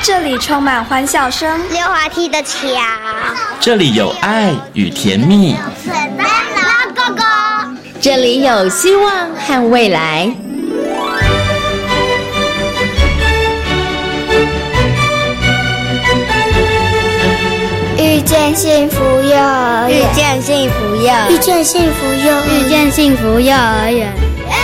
这里充满欢笑声， 溜滑梯的桥， 这里有爱与甜蜜， 老哥哥， 这里有希望和未来。 遇见幸福幼儿园， 遇见幸福幼儿园， 遇见幸福幼儿园， 遇见幸福幼儿园。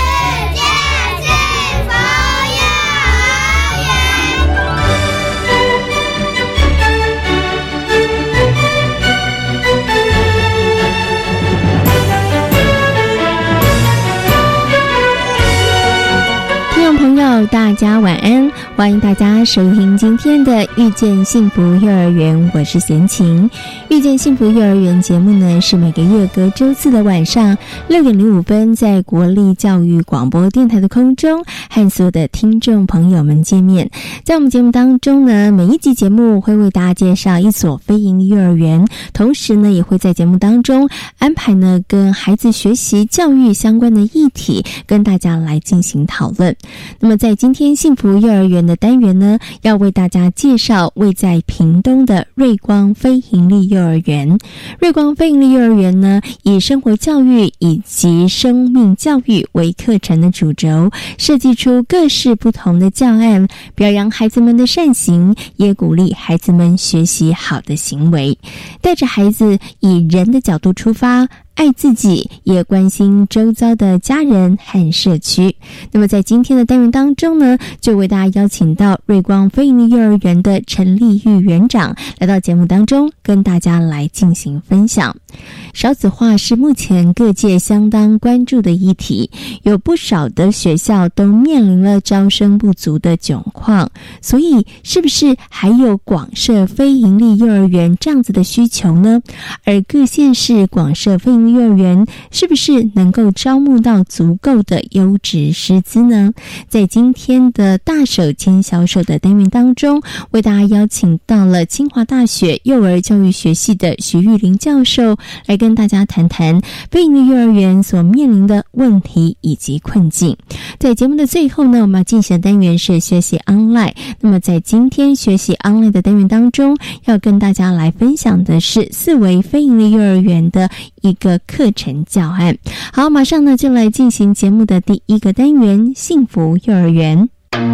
朋友大家晚安，欢迎大家收听今天的遇见幸福幼儿园，我是贤琴。遇见幸福幼儿园节目呢，是每个月隔周四的晚上6点05分在国立教育广播电台的空中和所有的听众朋友们见面。在我们节目当中呢，每一集节目会为大家介绍一所非营利幼儿园，同时呢也会在节目当中安排呢跟孩子学习教育相关的议题跟大家来进行讨论。那么在今天幸福幼儿园的单元呢，要为大家介绍位在屏东的瑞光非营利幼儿园。瑞光非营利幼儿园呢，以生活教育以及生命教育为课程的主轴，设计出各式不同的教案，表扬孩子们的善行，也鼓励孩子们学习好的行为，带着孩子以人的角度出发，爱自己，也关心周遭的家人和社区。那么在今天的单元当中呢，就为大家邀请到瑞光非营利幼儿园的陈丽玉园长来到节目当中，跟大家来进行分享。少子化是目前各界相当关注的议题，有不少的学校都面临了招生不足的窘况，所以是不是还有广设非营利幼儿园这样子的需求呢？而各县市广设非营利幼儿园是不是能够招募到足够的优质师资呢？在今天的大手牵小手的单元当中，为大家邀请到了清华大学幼儿教育学系的徐玉玲教授，来跟大家谈谈非营利幼儿园所面临的问题以及困境。在节目的最后呢，我们要进行的单元是学习 online。 那么在今天学习 online 的单元当中，要跟大家来分享的是4位非营利幼儿园的一个课程教案。好，马上呢就来进行节目的第一个单元，幸福幼儿园。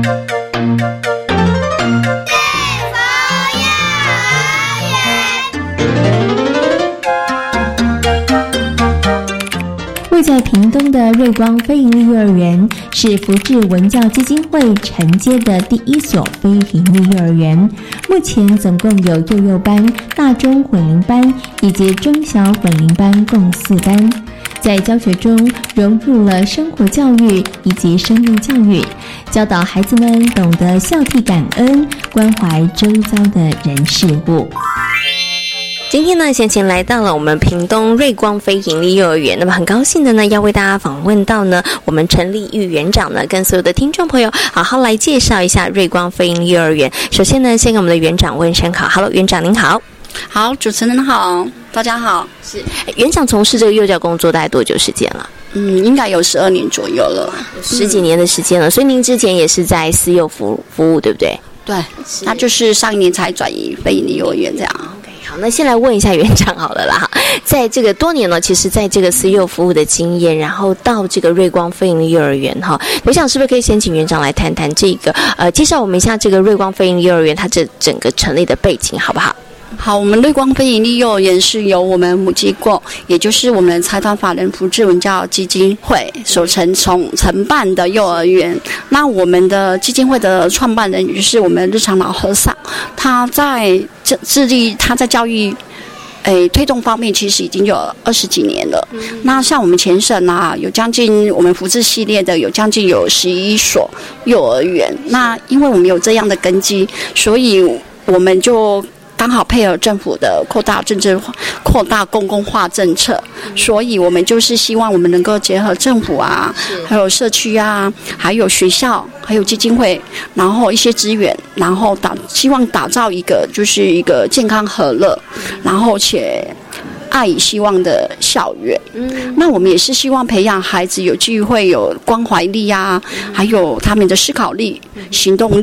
位在屏东的瑞光非营利幼儿园是福智文教基金会承接的第一所非营利幼儿园，目前总共有幼幼班、大中混龄班以及中小混龄班共4班。在教学中融入了生活教育以及生命教育，教导孩子们懂得孝悌感恩，关怀周遭的人事物。 今天呢，贤琴来到了我们屏东瑞光非营利幼儿园，那么很高兴的呢，要为大家访问到呢我们陈丽玉园长呢，跟所有的听众朋友好好来介绍一下瑞光非营利幼儿园。首先呢，先跟我们的园长问声好。 Hello， 园长您好。 好，主持人好，大家好。 是园长从事这个幼教工作大概多久时间了？ 应该有12年左右了 ，10几年的时间了。所以您之前也是在私幼服务，对不对？ 对，那就是上一年才转移非营利幼儿园这样。 好，那先来问一下园长好了啦。在这个多年呢，其实在这个私幼服务的经验，然后到这个瑞光非营利幼儿园哈，我想是不是可以先请园长来谈谈这个介绍我们一下这个瑞光非营利幼儿园它这整个成立的背景好不好？ 好，我们瑞光非营利幼儿园是由我们母机构，也就是我们财团法人福智文教基金会所承办的幼儿园。那我们的基金会的创办人也就是我们日常老和尚，他在致力他在教育推动方面其实已经有20几年了。那像我们前省啊，有将近我们福智系列的有将近有11所幼儿园。那因为我们有这样的根基，所以我们就刚好配合政府的扩大公共化政策，所以我们就是希望我们能够结合政府啊，还有社区啊，还有学校，还有基金会，然后一些资源，然后希望打造一个就是一个健康和乐，然后且爱与希望的校园。那我们也是希望培养孩子有机会有关怀力啊，还有他们的思考力、行动力。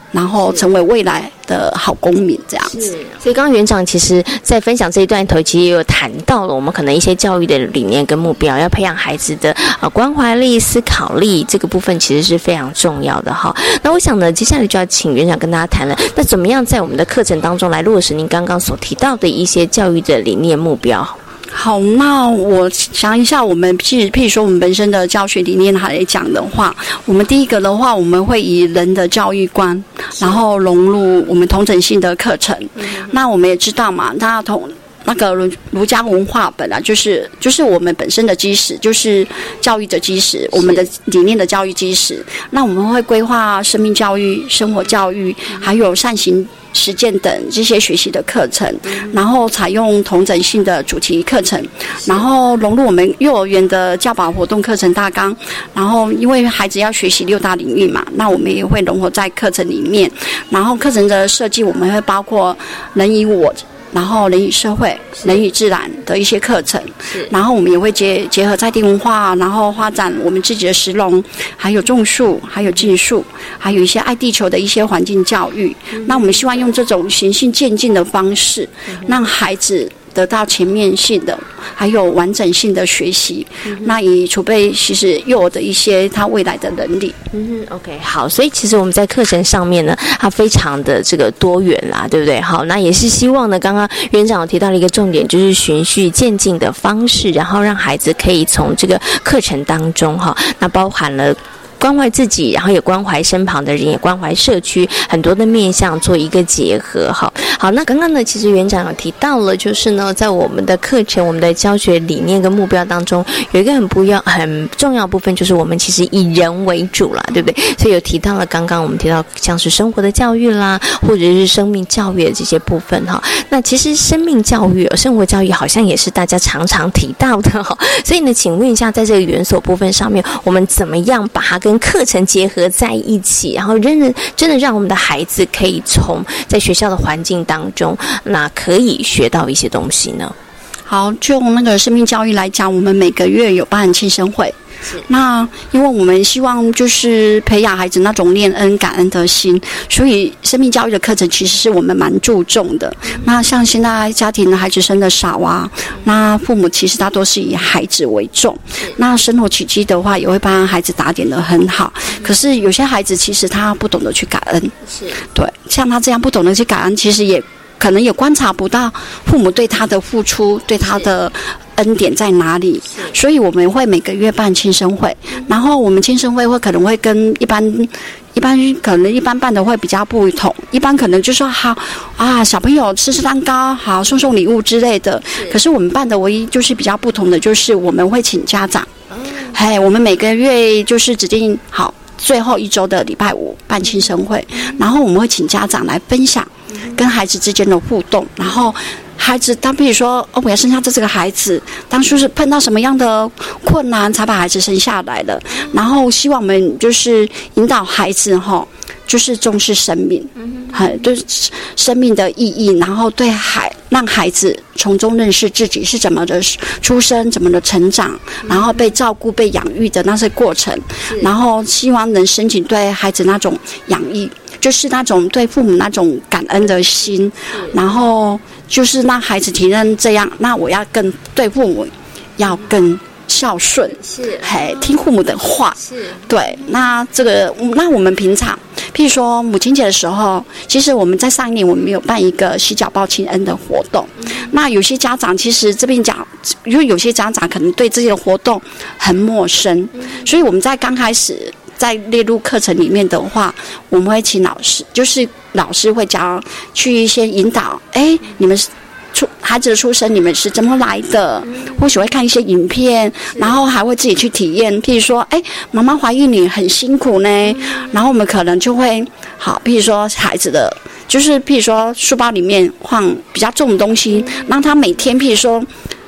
然后成为未来的好公民这样子。 所以刚刚园长其实在分享这一段头，其实也有谈到了我们可能一些教育的理念跟目标，要培养孩子的关怀力、思考力，这个部分其实是非常重要的哈。那我想呢，接下来就要请园长跟大家谈了，那怎么样在我们的课程当中来落实您刚刚所提到的一些教育的理念目标？ 好，那我想一下，我们譬如说我们本身的教学理念来讲的话，我们第一个的话，我们会以人的教育观，然后融入我们同整性的课程。那我们也知道嘛，那个儒家文化本来就是我们本身的基石，就是教育的基石，我们的理念的教育基石。那我们会规划生命教育、生活教育，还有善行实践等这些学习的课程，然后采用同整性的主题课程，然后融入我们幼儿园的教保活动课程大纲。然后因为孩子要学习6大领域嘛，那我们也会融合在课程里面。然后课程的设计我们会包括人与我，然后人与社会、人与自然的一些课程，然后我们也会结合在地文化，然后发展我们自己的食农，还有种树，还有禁树，还有一些爱地球的一些环境教育。那我们希望用这种循序渐进的方式，让孩子得到全面性的还有完整性的学习，那以储备其实幼儿的一些他未来的能力。 OK， 好，所以其实我们在课程上面呢，它非常的这个多元啦，对不对？好，那也是希望呢，刚刚园长有提到了一个重点，就是循序渐进的方式，然后让孩子可以从这个课程当中那包含了关怀自己，然后也关怀身旁的人，也关怀社区，很多的面向做一个结合。好，那刚刚呢，其实园长有提到了，就是呢，在我们的课程、我们的教学理念跟目标当中，有一个很重要的部分，就是我们其实以人为主啦，对不对？所以有提到了刚刚我们提到像是生活的教育啦，或者是生命教育的这些部分那其实生命教育、生活教育好像也是大家常常提到的所以呢，请问一下，在这个园所部分上面，我们怎么样把它跟课程结合在一起，然后真的让我们的孩子可以从在学校的环境当中，那可以学到一些东西呢？ 好，就那个生命教育来讲，我们每个月有办庆生会。那因为我们希望就是培养孩子那种恋恩感恩的心，所以生命教育的课程其实是我们蛮注重的。那像现在家庭的孩子生的少那父母其实他都是以孩子为重，那生活起居的话也会帮孩子打点得很好。可是有些孩子其实他不懂得去感恩，对，像他这样不懂得去感恩，其实也可能也观察不到父母对他的付出，对他的恩典在哪里。所以我们会每个月办庆生会，然后我们庆生会可能会跟一般可能一般办的会比较不同，一般可能就说好小朋友吃蛋糕，好送礼物之类的。可是我们办的唯一就是比较不同的，就是我们会请家长，我们每个月就是指定好最后一周的礼拜五办庆生会，然后我们会请家长来分享跟孩子之间的互动，然后孩子比如说我要生下这个孩子，当初是碰到什么样的困难才把孩子生下来的，然后希望我们就是引导孩子就是重视生命，对生命的意义，然后让孩子从中认识自己是怎么的出生，怎么的成长，然后被照顾、被养育的那些过程，然后希望能申请对孩子那种养育，就是那种对父母那种感恩的心，然后就是让孩子体认这样，那我要更对父母要更孝顺，听父母的话，对。那我们平常，譬如说母亲节的时候，其实我们在上一年我们有办一个洗脚报亲恩的活动。那有些家长其实这边讲，因为有些家长可能对这些活动很陌生，所以我们在刚开始在列入课程里面的话，我们会请老师，就是老师会去先引导，你们孩子的出生你们是怎么来的，或许会看一些影片，然后还会自己去体验，譬如说妈妈怀孕你很辛苦呢，然后我们可能就会譬如说孩子的就是譬如说书包里面放比较重的东西，让他每天譬如说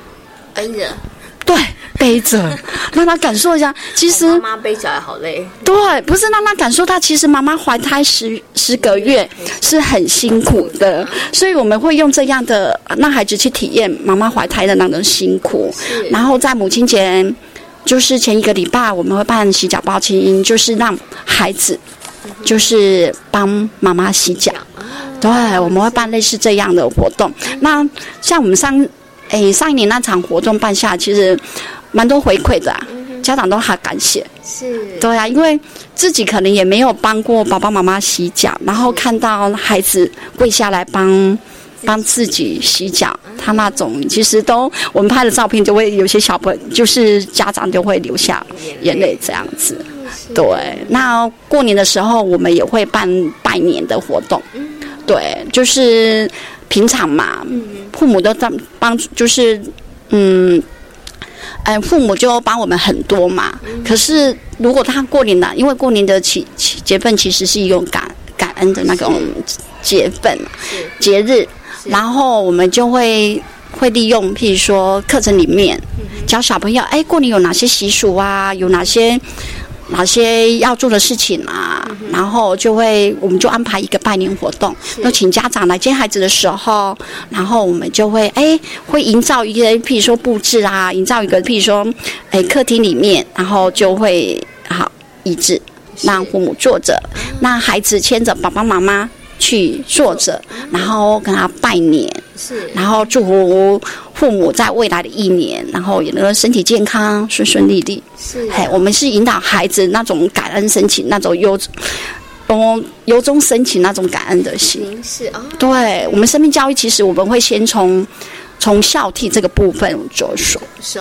背着让他感受一下，其实妈妈背起来好累。 对，不是让他感受到，其实妈妈怀胎10个月是很辛苦的，所以我们会用这样的让孩子去体验妈妈怀胎的那种辛苦。然后在母亲节，就是前一个礼拜，我们会办洗脚报亲，就是让孩子就是帮妈妈洗脚。对，我们会办类似这样的活动。那像我们上一年那场活动办下来，其实蛮多回馈的家长都很感谢。 是， 对啊，因为自己可能也没有帮过爸爸妈妈洗脚，然后看到孩子跪下来帮自己洗脚，他那种其实都我们拍的照片就会有些小朋友就是家长就会流下眼泪这样子。对，那过年的时候我们也会办拜年的活动。对，就是平常嘛，父母都在帮，就是父母就帮我们很多嘛。可是如果他过年了，因为过年的节份其实是一种感恩的那种节份节日，然后我们就会利用，譬如说课程里面教小朋友，过年有哪些习俗啊，有哪些要做的事情啊，然后我们就安排一个拜年活动，就请家长来接孩子的时候，然后我们就会会营造一个譬如说布置啊，营造一个譬如说客厅里面，然后就会好椅子让父母坐着，那孩子牵着爸爸妈妈去坐着，然后跟他拜年，然后祝福父母在未来的一年，然后也能够身体健康、顺顺利利。我们是引导孩子那种感恩深情，那种由衷深情那种感恩的心。对，我们生命教育其实我们会先从孝悌这个部分着手。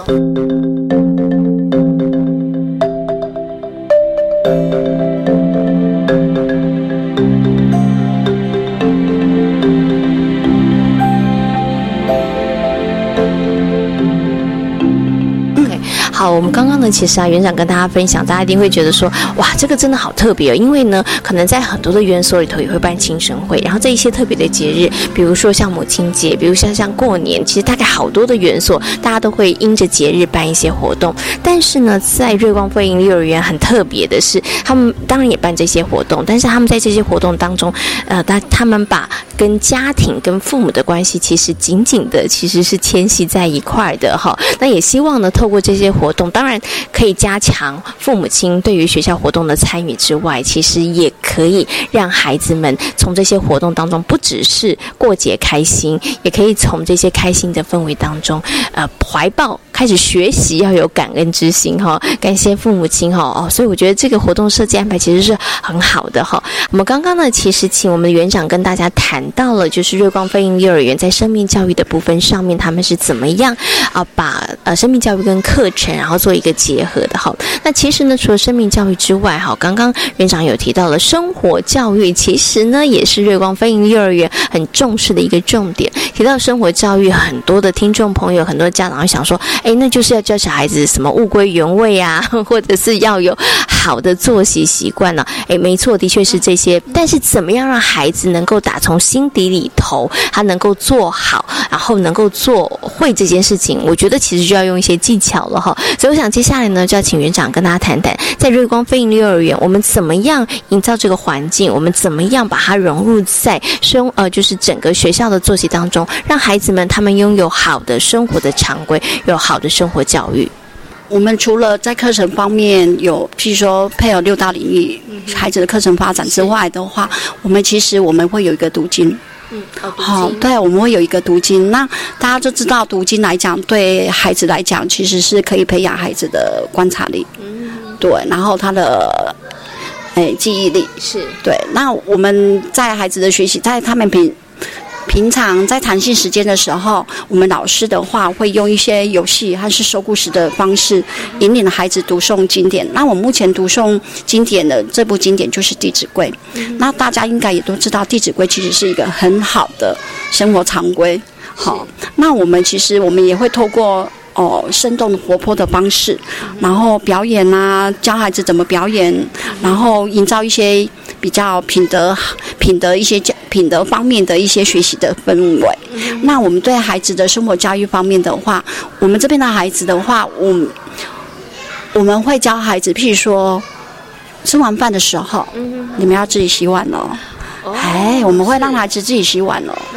好，我们刚刚呢，其实园长跟大家分享，大家一定会觉得说，哇，这个真的好特别哦，因为呢，可能在很多的园所里头也会办庆生会，然后在一些特别的节日，比如说像母亲节，比如像过年，其实大概好多的园所，大家都会因着节日办一些活动。但是呢，在瑞光飞鹰幼儿园很特别的是，他们当然也办这些活动，但是他们在这些活动当中，他们把跟家庭、跟父母的关系，其实紧紧的，其实是牵系在一块的哈。那也希望呢，透过这些活动，当然可以加强父母亲对于学校活动的参与之外，其实也可以让孩子们从这些活动当中，不只是过节开心，也可以从这些开心的氛围当中，怀抱开始学习要有感恩之心哈，感谢父母亲哈所以我觉得这个活动设计安排其实是很好的哈。我们刚刚呢，其实请我们的园长跟大家谈到了，就是瑞光飞鹰幼儿园在生命教育的部分上面，他们是怎么样把生命教育跟课程然后做一个结合的哈。那其实呢，除了生命教育之外哈，刚刚园长有提到了生活教育，其实呢也是瑞光飞鹰幼儿园很重视的一个重点。提到生活教育，很多的听众朋友、很多家长会想说，那就是要教小孩子什么物归原位啊，或者是要有好的作息习惯呢？没错，的确是这些。但是怎么样让孩子能够打从心底里头，他能够做好，然后能够做会这件事情，我觉得其实就要用一些技巧了哈。所以我想接下来呢，就要请园长跟大家谈谈，在瑞光飞鹰幼儿园，我们怎么样营造这个环境，我们怎么样把它融入在就是整个学校的作息当中，让孩子们他们拥有好的生活的常规，有好的生活教育。 我们除了在课程方面有，譬如说配合6大领域孩子的课程发展之外的话，我们会有一个读经。对，我们会有一个读经。那大家就知道，读经来讲，对孩子来讲，其实是可以培养孩子的观察力，对，然后他的记忆力是对。那我们在孩子的学习，在他们平常在弹性时间的时候，我们老师的话会用一些游戏还是说故事的方式，引领孩子读诵经典。那我目前读诵经典的这部经典就是《弟子规》。那大家应该也都知道，《弟子规》其实是一个很好的生活常规。好，那我们也会透过生动活泼的方式，然后表演啊，教孩子怎么表演，然后营造一些比较品德方面的一些学习的氛围。那我们对孩子的生活教育方面的话，我们这边的孩子的话，我们会教孩子，譬如说吃完饭的时候，你们要自己洗碗哦。我们会让孩子自己洗碗哦。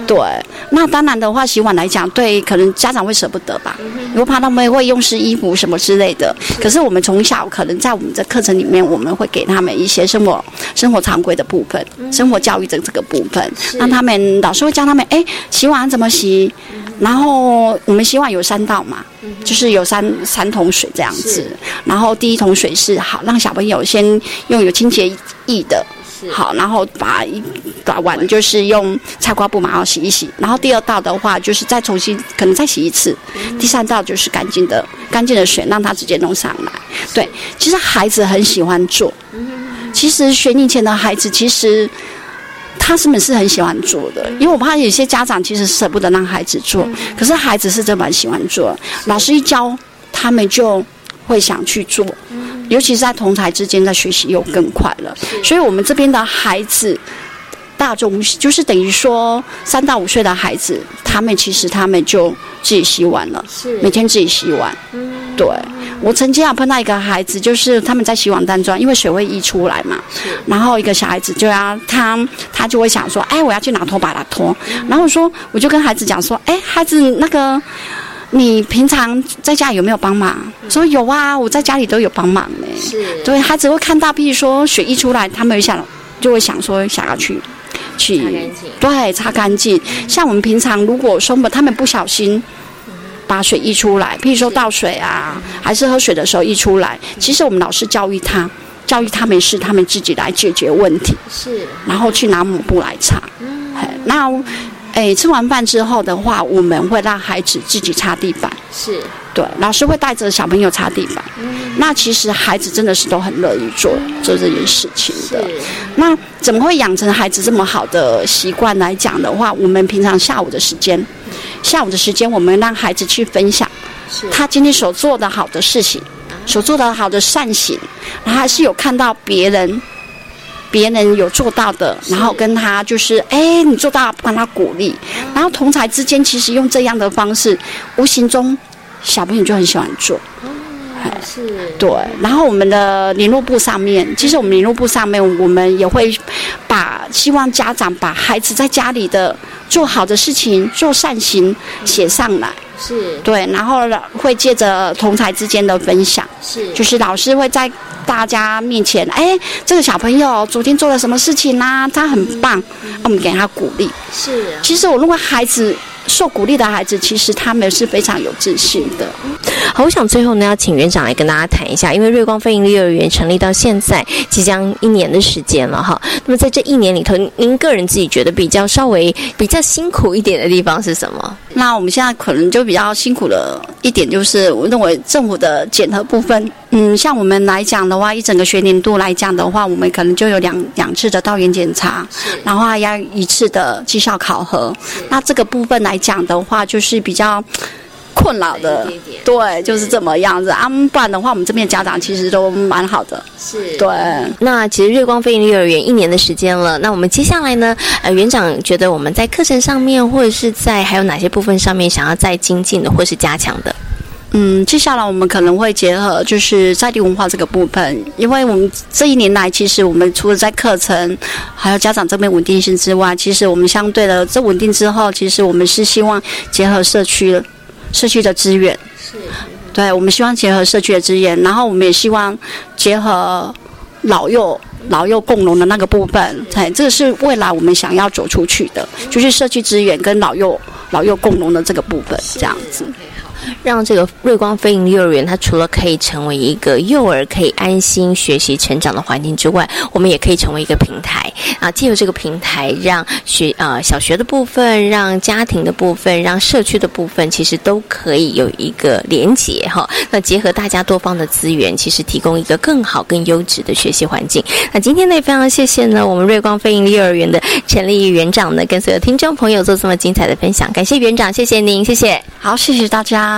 对，那当然的话，洗碗来讲，对，可能家长会舍不得吧，因为怕他们会用湿衣服什么之类的。可是我们从小可能在我们的课程里面，我们会给他们一些生活常规的部分，生活教育的这个部分，让他们老师会教他们，洗碗怎么洗，然后我们洗碗有3道嘛，就是有三桶水这样子，然后第一桶水是好让小朋友先用有清洁液的。好，然后把碗就是用菜瓜布嘛，要洗一洗。然后第2道的话，就是再重新可能再洗一次。第3道就是干净的水，让它直接弄上来。对，其实孩子很喜欢做。其实学龄前的孩子，其实他是很喜欢做的，因为我怕有些家长其实舍不得让孩子做，可是孩子是真蛮喜欢做。老师一教，他们就会想去做。尤其是在同侪之间，在学习又更快了。所以我们这边的孩子，大众就是等于说3到5岁的孩子，他们就自己洗碗了，每天自己洗碗。对，我曾经碰到一个孩子，就是他们在洗碗当中，因为水会溢出来嘛，然后一个小孩子他就会想说，我要去拿拖把它拖。然后我就跟孩子讲说，孩子那个。你平常在家有没有帮忙？说有啊，我在家里都有帮忙呢。对，孩子会看到，比如说水溢出来，他们就会想说想要去擦干净。像我们平常如果说他们不小心把水溢出来，譬如说倒水啊，还是喝水的时候溢出来，其实我们老师教育他们是他们自己来解决问题，然后去拿抹布来擦。那吃完饭之后的话，我们会让孩子自己擦地板。对，老师会带着小朋友擦地板。那其实孩子真的是都很乐意做这件事情的。那怎么会养成孩子这么好的习惯来讲的话，我们平常下午的时间，我们让孩子去分享他今天所做的好的事情，所做的好的善行，然后还是有看到别人有做到的，然后跟他就是你做到，帮他鼓励，然后同侪之间其实用这样的方式，无形中小朋友就很喜欢做。对，然后我们的联络簿上面，其实我们联络簿上面，我们也会希望家长把孩子在家里的做好的事情、做善行写上来。对，然后会借着同侪之间的分享，就是老师会在大家面前，这个小朋友昨天做了什么事情啊？他很棒，我们给他鼓励。其实我如果孩子受鼓励的孩子，其实他们是非常有自信的。 好，我想最后呢，要请园长来跟大家谈一下，因为瑞光非营利幼儿园成立到现在即将1年的时间了哈。那么在这1年里头，您个人自己觉得稍微比较辛苦一点的地方是什么？ 那我们现在可能就比较辛苦的一点，就是我认为政府的检核部分，像我们来讲的话，一整个学年度来讲的话，我们可能就有两次的到园检查，然后还要1次的绩效考核。那这个部分来讲的话，就是比较困扰的，对，就是这么样子。不然的话，我们这边家长其实都蛮好的。对。 那其实瑞光非营利幼儿园1年的时间了，那我们接下来呢，园长觉得我们在课程上面，或者是在还有哪些部分上面想要再精进的，或是加强的？ 接下来我们可能会结合就是在地文化这个部分，因为我们这1年来，其实我们除了在课程还有家长这边稳定性之外，其实我们相对的这稳定之后，其实我们是希望结合社区的资源，对，我们希望结合社区的资源，然后我们也希望结合老幼共融的那个部分，这个是未来我们想要走出去的，就是社区资源跟老幼共融的这个部分，这样子。 让这个瑞光非营利幼儿园，它除了可以成为一个幼儿可以安心学习成长的环境之外，我们也可以成为一个平台啊，借由这个平台，让小学的部分、让家庭的部分、让社区的部分，其实都可以有一个连结哈。那结合大家多方的资源，其实提供一个更好、更优质的学习环境。那今天呢，也非常谢谢呢我们瑞光非营利幼儿园的陈丽玉园长呢，跟所有听众朋友做这么精彩的分享，感谢园长，谢谢您，谢谢。 好，谢谢大家。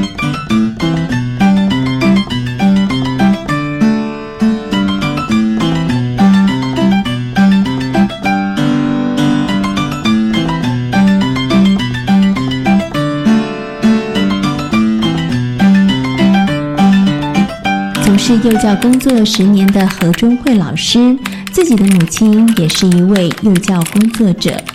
从事幼教工作10年的何忠慧老师，自己的母亲也是一位幼教工作者。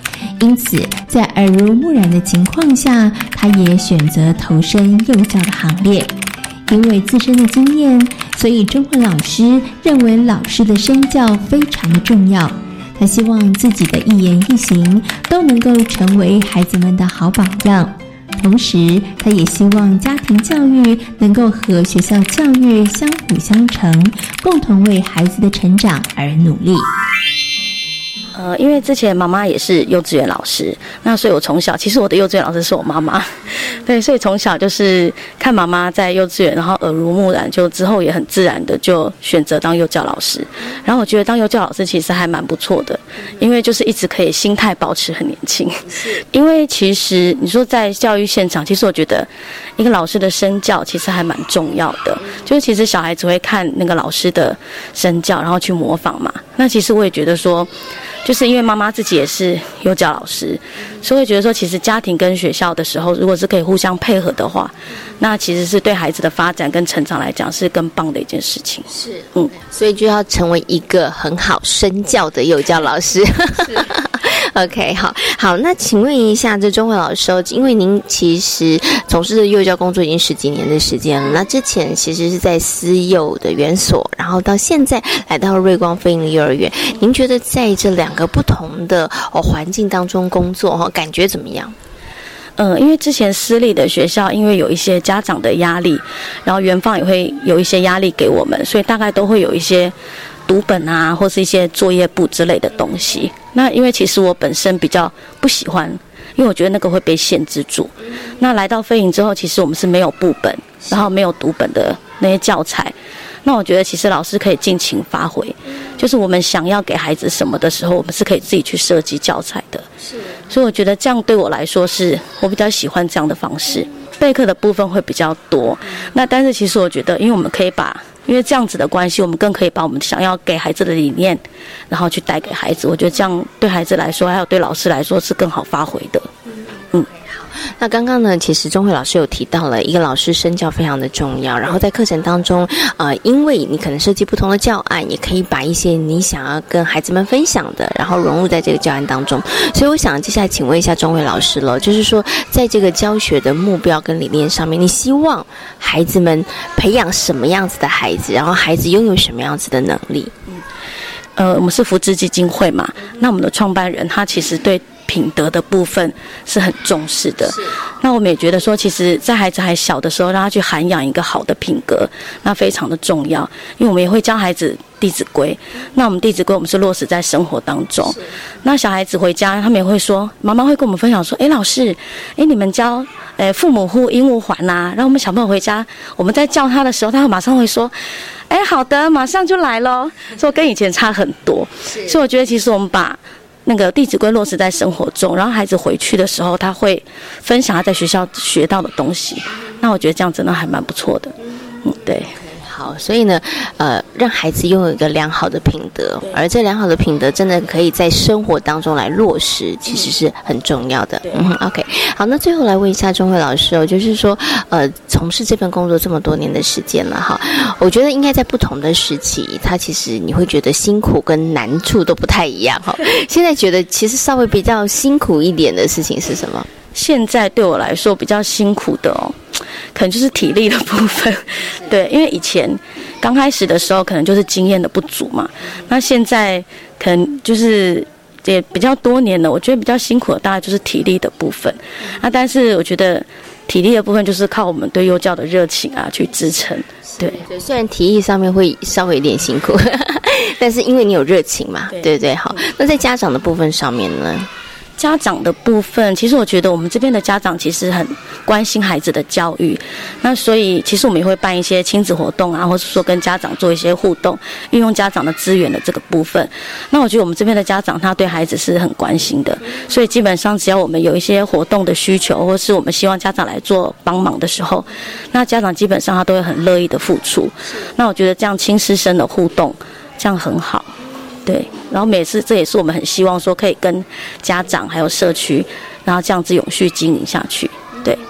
因此在耳濡目染的情况下，他也选择投身幼教的行列。因为自身的经验，所以钟慧老师认为老师的身教非常的重要。他希望自己的一言一行都能够成为孩子们的好榜样，同时他也希望家庭教育能够和学校教育相辅相成，共同为孩子的成长而努力。 因为之前妈妈也是幼稚园老师，那所以我从小，其实我的幼稚园老师是我妈妈，对，所以从小就是看妈妈在幼稚园，然后耳濡目染，就之后也很自然的就选择当幼教老师。然后我觉得当幼教老师其实还蛮不错的，因为就是一直可以心态保持很年轻。因为其实你说在教育现场，其实我觉得一个老师的身教其实还蛮重要的，就是其实小孩子会看那个老师的身教，然后去模仿嘛。那其实我也觉得说，就是因为妈妈自己也是幼教老师，所以我觉得说，其实家庭跟学校的时候，如果是可以互相配合的话，那其实是对孩子的发展跟成长来讲是更棒的一件事情。 是，所以就要成为一个很好身教的幼教老师。OK， 好，那请问一下，这钟慧老师，因为您其实从事的幼教工作已经10几年的时间了，那之前其实是在私幼的园所，然后到现在来到瑞光非营利幼儿园，您觉得在这2个不同的环境当中工作感觉怎么样？ 因为之前私立的学校，因为有一些家长的压力，然后园方也会有一些压力给我们，所以大概都会有一些读本啊，或是一些作业簿之类的东西。那因为其实我本身比较不喜欢，因为我觉得那个会被限制住。那来到非营之后，其实我们是没有簿本，然后没有读本的那些教材。那我觉得其实老师可以尽情发挥，就是我们想要给孩子什么的时候，我们是可以自己去设计教材的。是，所以我觉得这样对我来说是我比较喜欢这样的方式。备课的部分会比较多，那但是其实我觉得，因为我们可以因为这样子的关系，我们更可以把我们想要给孩子的理念，然后去带给孩子。我觉得这样对孩子来说，还有对老师来说是更好发挥的。 那刚刚呢，其实钟慧老师有提到了一个老师身教非常的重要，然后在课程当中，因为你可能设计不同的教案，也可以把一些你想要跟孩子们分享的，然后融入在这个教案当中。所以我想接下来请问一下钟慧老师了，就是说在这个教学的目标跟理念上面，你希望孩子们培养什么样子的孩子，然后孩子拥有什么样子的能力？ 我们是福祉基金会嘛，那我们的创办人他其实对品德的部分是很重视的。那我们也觉得说，其实在孩子还小的时候，让他去涵养一个好的品格，那非常的重要。因为我们也会教孩子弟子规，那我们弟子规我们是落实在生活当中。那小孩子回家，他们也会说，妈妈会跟我们分享说，老师，你们教父母呼应勿还呐。然后我们小朋友回家，我们在叫他的时候，他马上会说，好的，马上就来咯。所以跟以前差很多。所以我觉得其实我们把那个弟子规落实在生活中，然后孩子回去的时候，他会分享他在学校学到的东西。那我觉得这样真的还蛮不错的。对。 好，所以呢，让孩子拥有一个良好的品德，而这良好的品德真的可以在生活当中来落实，其实是很重要的。OK， 好，那最后来问一下钟慧老师就是说，从事这份工作这么多年的时间了哈，我觉得应该在不同的时期，他其实你会觉得辛苦跟难处都不太一样哈。现在觉得其实稍微比较辛苦一点的事情是什么？ 现在对我来说比较辛苦的可能就是体力的部分。对，因为以前刚开始的时候可能就是经验的不足嘛，那现在可能就是也比较多年了，我觉得比较辛苦的大概就是体力的部分。那但是我觉得体力的部分就是靠我们对幼教的热情啊去支撑。对， 虽然体力上面会稍微有点辛苦但是因为你有热情嘛，对不对？好，那在家长的部分上面呢？ 家长的部分，其实我觉得我们这边的家长其实很关心孩子的教育，那所以其实我们也会办一些亲子活动啊，或是说跟家长做一些互动，运用家长的资源的这个部分。那我觉得我们这边的家长他对孩子是很关心的，所以基本上只要我们有一些活动的需求，或是我们希望家长来做帮忙的时候，那家长基本上他都会很乐意的付出。那我觉得这样亲师生的互动，这样很好。对，然后这也是我们很希望说可以跟家长还有社区，然后这样子永续经营下去。对，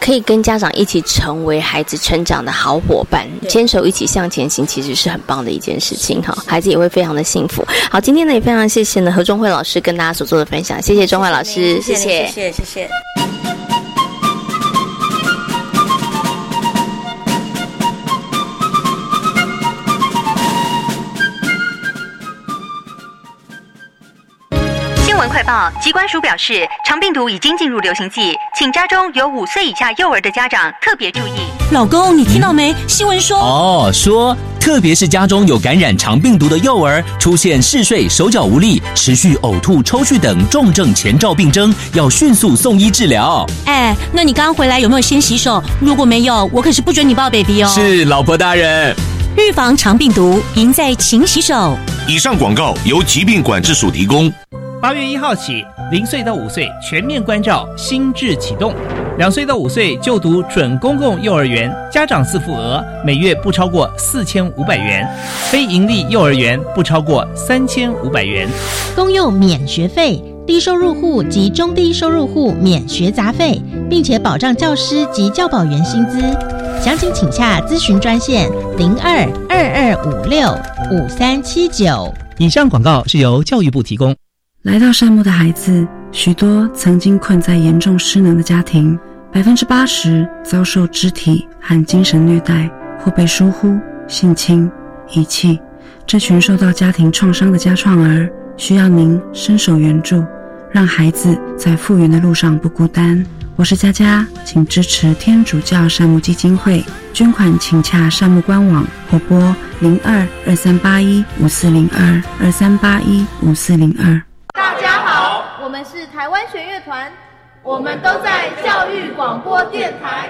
可以跟家长一起成为孩子成长的好伙伴，牵手一起向前行，其实是很棒的一件事情哈，孩子也会非常的幸福。好，今天呢也非常谢谢呢何中慧老师跟大家所做的分享，谢谢中慧老师，谢谢。 快报，疾管署表示，肠病毒已经进入流行季，请家中有5岁以下幼儿的家长特别注意。 老公，你听到没？新闻说说特别是家中有感染肠病毒的幼儿，出现嗜睡、手脚无力、持续呕吐、抽搐等重症前兆病征，要迅速送医治疗。 那你刚回来有没有先洗手？如果没有，我可是不准你抱 baby 哦。 是，老婆大人。 预防肠病毒，赢在勤洗手。 以上广告由疾病管制署提供。 8月1号起，0岁到5岁全面关照新制启动，2岁到5岁就读准公共幼儿园，家长自付额每月不超过4500元，非营利幼儿园不超过3500元。 公幼免学费，低收入户及中低收入户免学杂费，并且保障教师及教保员薪资。详情请洽咨询专线02-2256-5379。 以上广告是由教育部提供。 来到沙漠的孩子，许多曾经困在严重失能的家庭，80%遭受肢体和精神虐待，或被疏忽、性侵、遗弃。这群受到家庭创伤的家创儿，需要您伸手援助，让孩子在复原的路上不孤单。我是佳佳，请支持天主教善牧基金会，捐款请洽善牧官网或拨02-2381-5402-2381-5402。 大家好，我们是台湾弦乐团，我们都在教育广播电台。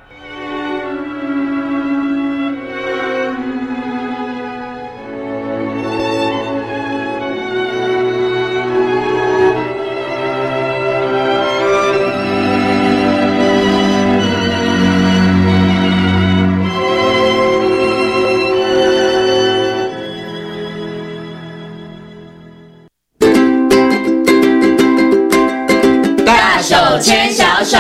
手牵小手。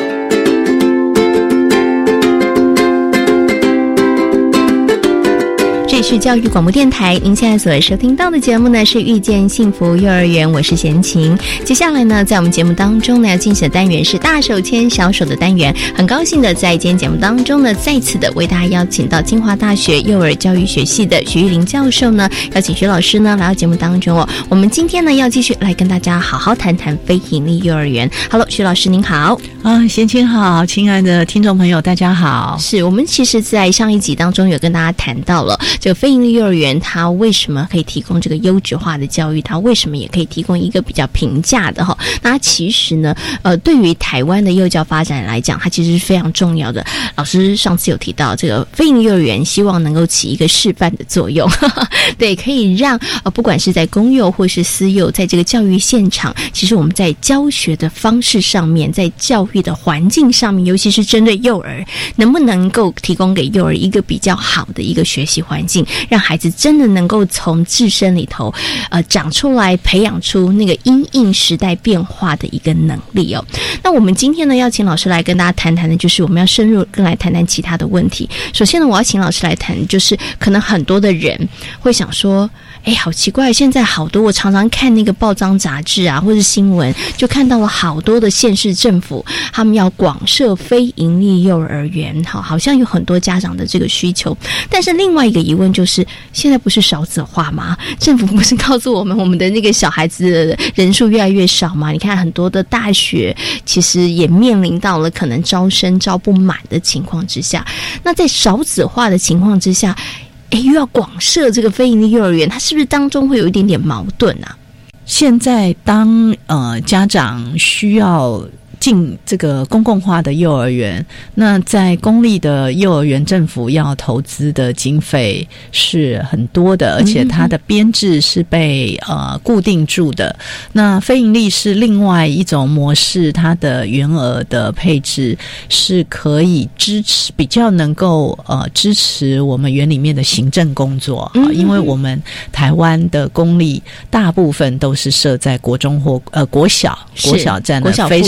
这是教育广播电台，您现在所收听到的节目呢是遇见幸福幼儿园，我是贤琴。接下来呢，在我们节目当中呢要进行的单元是大手牵小手的单元。很高兴的在今天节目当中呢，再次的为大家邀请到清华大学幼儿教育学系的徐玉玲教授呢，邀请徐老师呢来到节目当中哦。我们今天呢要继续来跟大家好好谈谈非营利幼儿园。Hello， 徐老师您好。 贤琴好，亲爱的听众朋友大家好。 是我们其实在上一集当中有跟大家谈到了这个非营利幼儿园它为什么可以提供这个优质化的教育，它为什么也可以提供一个比较平价的哈？那它其实呢对于台湾的幼教发展来讲，它其实是非常重要的。老师上次有提到这个非营利幼儿园希望能够起一个示范的作用对，可以让不管是在公幼或是私幼，在这个教育现场，其实我们在教学的方式上面，在教育的环境上面，尤其是针对幼儿，能不能够提供给幼儿一个比较好的一个学习环境，让孩子真的能够从自身里头长出来，培养出那个因应时代变化的一个能力哦。那我们今天呢要请老师来跟大家谈谈的，就是我们要深入跟来谈谈其他的问题。首先呢，我要请老师来谈，就是可能很多的人会想说，好奇怪，现在好多我常常看那个报章杂志啊，或是新闻，就看到了好多的县市政府他们要广设非营利幼儿园，好像有很多家长的这个需求。但是另外一个疑问就是，现在不是少子化吗？政府不是告诉我们，我们的那个小孩子的人数越来越少吗？你看很多的大学其实也面临到了可能招生招不满的情况之下，那在少子化的情况之下，又要广设这个非营利幼儿园，它是不是当中会有一点点矛盾啊？ 现在当家长需要进这个公共化的幼儿园，那在公立的幼儿园政府要投资的经费是很多的，而且它的编制是被固定住的。那非营利是另外一种模式，它的员额的配置是可以支持，比较能够支持我们园里面的行政工作，因为我们台湾的公立大部分都是设在国中或国小占了非常大的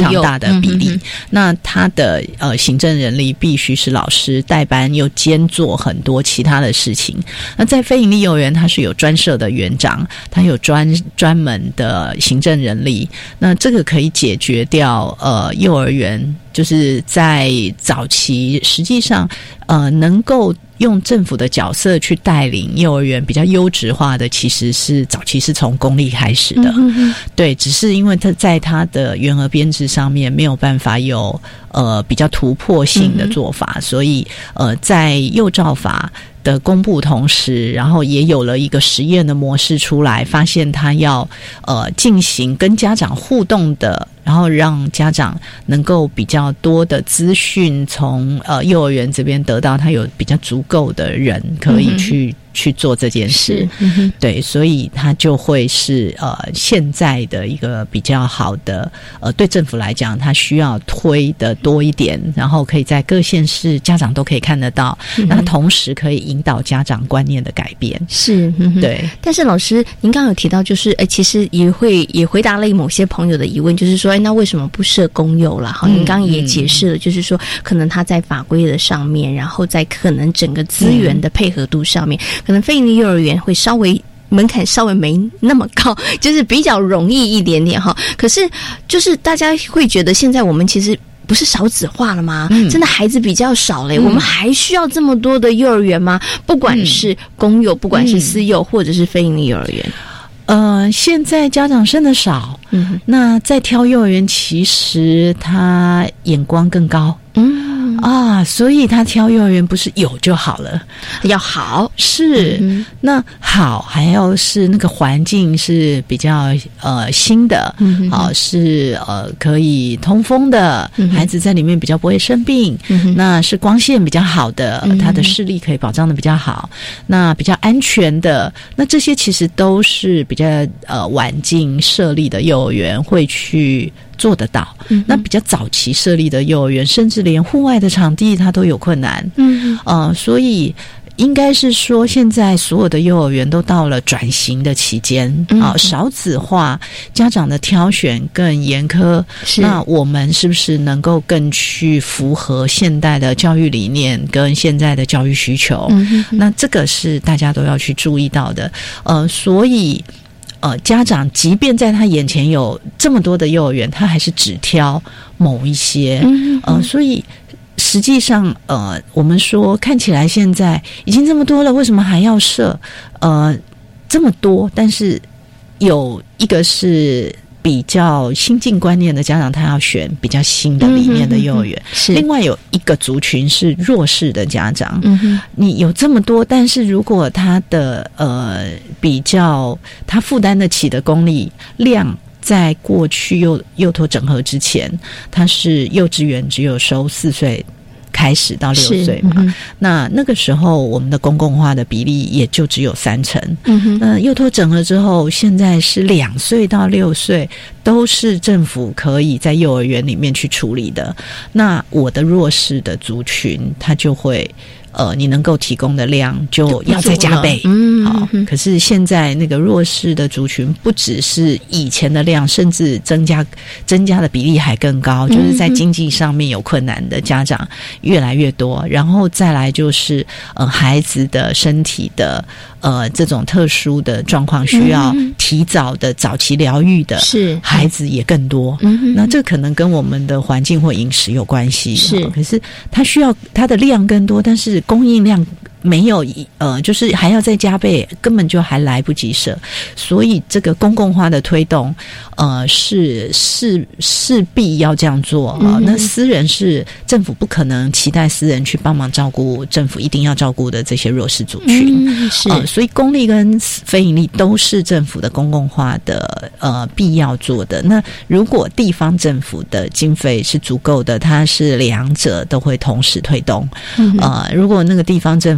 的比例。那他的行政人力必须是老师代班，又兼做很多其他的事情。那在非营利幼儿园，他是有专设的园长，他有专门的行政人力。那这个可以解决掉幼儿园就是在早期实际上能够用政府的角色去带领幼儿园比较优质化的，其实是早期是从公立开始的。对，只是因为他在他的员额编制上面没有办法有比较突破性的做法，所以在幼照法的公布同时，然后也有了一个实验的模式出来，发现他要进行跟家长互动的，然后让家长能够比较多的资讯从幼儿园这边得到，他有比较足够的人可以去做这件事。对，所以它就会是现在的一个比较好的对政府来讲，它需要推的多一点，然后可以在各县市家长都可以看得到，那同时可以引导家长观念的改变。 是， 对。 但是老师您刚刚有提到，就是其实也回答了某些朋友的疑问，就是说那为什么不设公幼啦？您刚刚也解释了，就是说可能它在法规的上面，然后在可能整个资源的配合度上面，可能非营利幼儿园会稍微门槛稍微没那么高，就是比较容易一点点哈。可是就是大家会觉得现在我们其实不是少子化了吗？真的孩子比较少嘞，我们还需要这么多的幼儿园吗？不管是公幼，不管是私幼，或者是非营利幼儿园。 现在家长生的少，那在挑幼儿园，其实他眼光更高。所以他挑幼儿园不是有就好了， 要好是，那好还要是那个环境是比较新的，是可以通风的，孩子在里面比较不会生病，那是光线比较好的，他的视力可以保障的比较好，那比较安全的，那这些其实都是比较晚进设立的幼儿园会去做得到。那比较早期设立的幼儿园，甚至连户外的场地它都有困难。所以应该是说现在所有的幼儿园都到了转型的期间，少子化，家长的挑选更严苛，那我们是不是能够更去符合现代的教育理念跟现在的教育需求？那这个是大家都要去注意到的。所以家长即便在他眼前有这么多的幼儿园，他还是只挑某一些。所以实际上我们说看起来现在已经这么多了，为什么还要设这么多？但是有一个是比较新进观念的家长，他要选比较新的理念的幼儿园。另外有一个族群是弱势的家长。你有这么多，但是如果他的比较他负担得起的公立量，在过去幼托整合之前，他是幼稚园只有收4岁开始到6岁嘛，那个时候我们的公共化的比例也就只有30%。那幼托整合之后，现在是2岁到6岁都是政府可以在幼儿园里面去处理的。那我的弱势的族群，他就会你能够提供的量就要再加倍。可是现在那个弱势的族群不只是以前的量，甚至增加的比例还更高，就是在经济上面有困难的家长越来越多。然后再来就是孩子的身体的这种特殊的状况需要提早的早期疗愈的孩子也更多。那这可能跟我们的环境或饮食有关系。可是他需要他的量更多，但是供应量没有就是还要再加倍，根本就还来不及设。所以这个公共化的推动是势必要这样做。那私人是政府不可能期待私人去帮忙照顾政府一定要照顾的这些弱势族群。所以公立跟非营利都是政府的公共化的必要做的。那如果地方政府的经费是足够的，它是两者都会同时推动。如果那个地方政府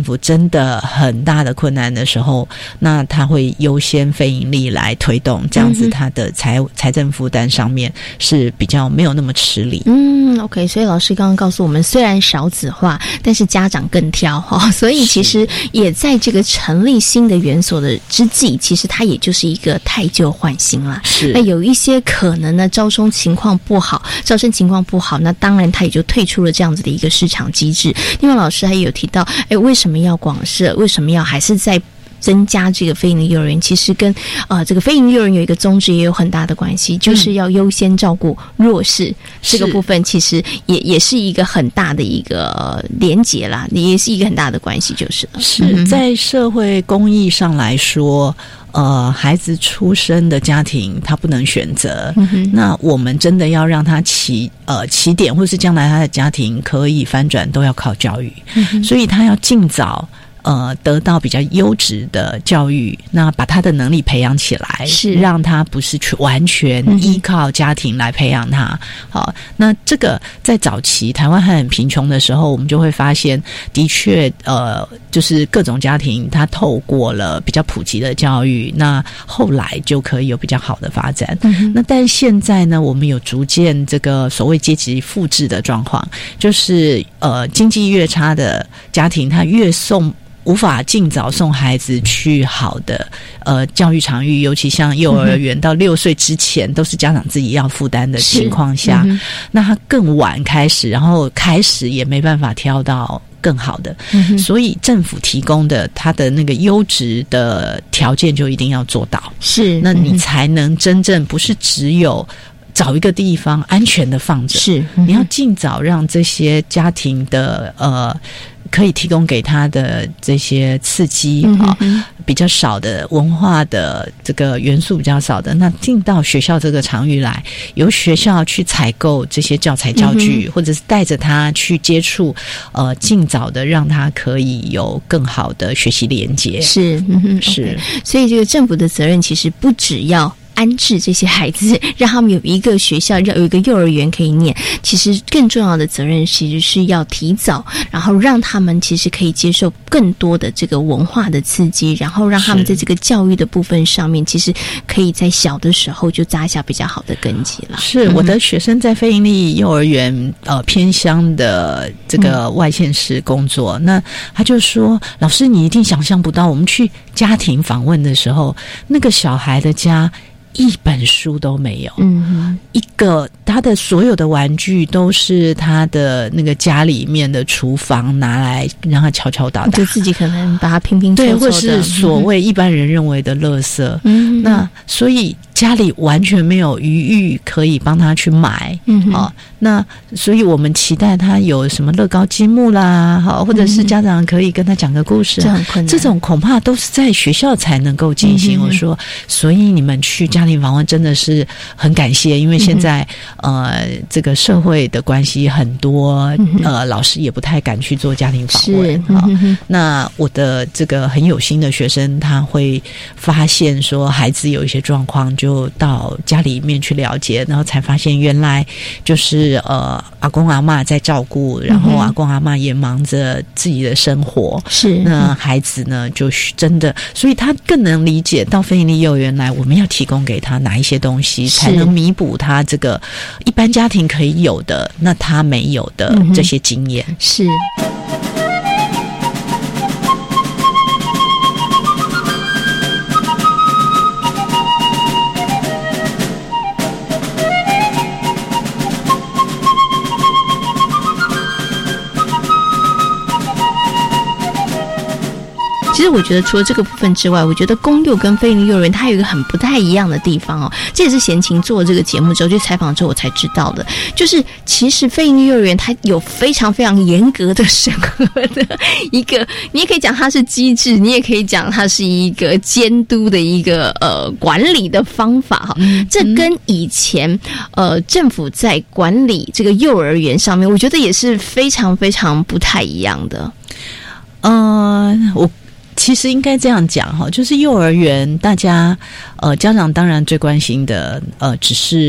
府真的很大的困难的时候，那他会优先非盈利来推动，这样子他的财政负担上面是比较没有那么吃力。 OK， 所以老师刚刚告诉我们，虽然少子化，但是家长更挑所以其实也在这个成立新的园所的之际，其实它也就是一个汰旧换新啦。 是， 那有一些可能呢招生情况不好，那当然它也就退出了这样子的一个市场机制。另外老师还有提到，为什么要广设，为什么要还是在增加这个非营利幼儿园，其实跟这个非营利幼儿园有一个宗旨也有很大的关系，就是要优先照顾弱势。这个部分其实也是一个很大的一个连结啦，也是一个很大的关系，就是了。 是在社会公益上来说，孩子出生的家庭他不能选择，那我们真的要让他起点，或是将来他的家庭可以翻转，都要靠教育。所以他要尽早得到比较优质的教育，那把他的能力培养起来，是让他不是去完全依靠家庭来培养他。好，那这个在早期台湾还很贫穷的时候，我们就会发现，的确就是各种家庭他透过了比较普及的教育，那后来就可以有比较好的发展。那但现在呢，我们有逐渐这个所谓阶级复制的状况，就是经济越差的家庭，他越无法尽早送孩子去好的教育场域，尤其像幼儿园到6岁之前都是家长自己要负担的情况下，那他更晚开始，然后开始也没办法挑到更好的，所以政府提供的他的那个优质的条件就一定要做到，是，那你才能真正不是只有找一个地方安全的放着，是，你要尽早让这些家庭的可以提供给他的这些刺激比较少的文化的这个元素比较少的，那进到学校这个场域来，由学校去采购这些教材教具，或者是带着他去接触，尽早的让他可以有更好的学习连结。是，是， 所以这个政府的责任其实不只要安置这些孩子，让他们有一个学校，有一个幼儿园可以念，其实更重要的责任其实是要提早，然后让他们其实可以接受更多的这个文化的刺激，然后让他们在这个教育的部分上面，其实可以在小的时候就扎下比较好的根基了。 是，我的学生在非营利幼儿园偏乡的这个外县市工作，那他就说，老师你一定想象不到，我们去家庭访问的时候，那个小孩的家一本书都没有，一个他的所有的玩具都是他的那个家里面的厨房拿来让他敲敲打打， 就自己可能把它拼拼凑凑的， 对，或是所谓一般人认为的垃圾。那所以家里完全没有余裕可以帮他去买，那所以我们期待他有什么乐高积木啦，或者是家长可以跟他讲个故事，这种恐怕都是在学校才能够进行。我说，所以你们去家庭访问真的是很感谢，因为现在这个社会的关系很多，老师也不太敢去做家庭访问。那我的这个很有心的学生，他会发现说孩子有一些状况，就到家里面去了解，然后才发现原来就是阿公阿嬷在照顾，然后阿公阿嬷也忙着自己的生活，是，那孩子呢就真的，所以他更能理解到非营利幼儿园来，我们要提供给他哪一些东西才能弥补他这个一般家庭可以有的，那他没有的这些经验。 是。其实我觉得除了这个部分之外，我觉得公幼跟非营利幼儿园它有一个很不太一样的地方哦，这也是贤琴做这个节目之后去采访之后我才知道的，就是其实非营利幼儿园它有非常非常严格的审核的一个，你也可以讲它是机制，你也可以讲它是一个监督的一个管理的方法哈。这跟以前政府在管理这个幼儿园上面，我觉得也是非常非常不太一样的。 我其实应该这样讲哈，就是幼儿园大家家长当然最关心的只是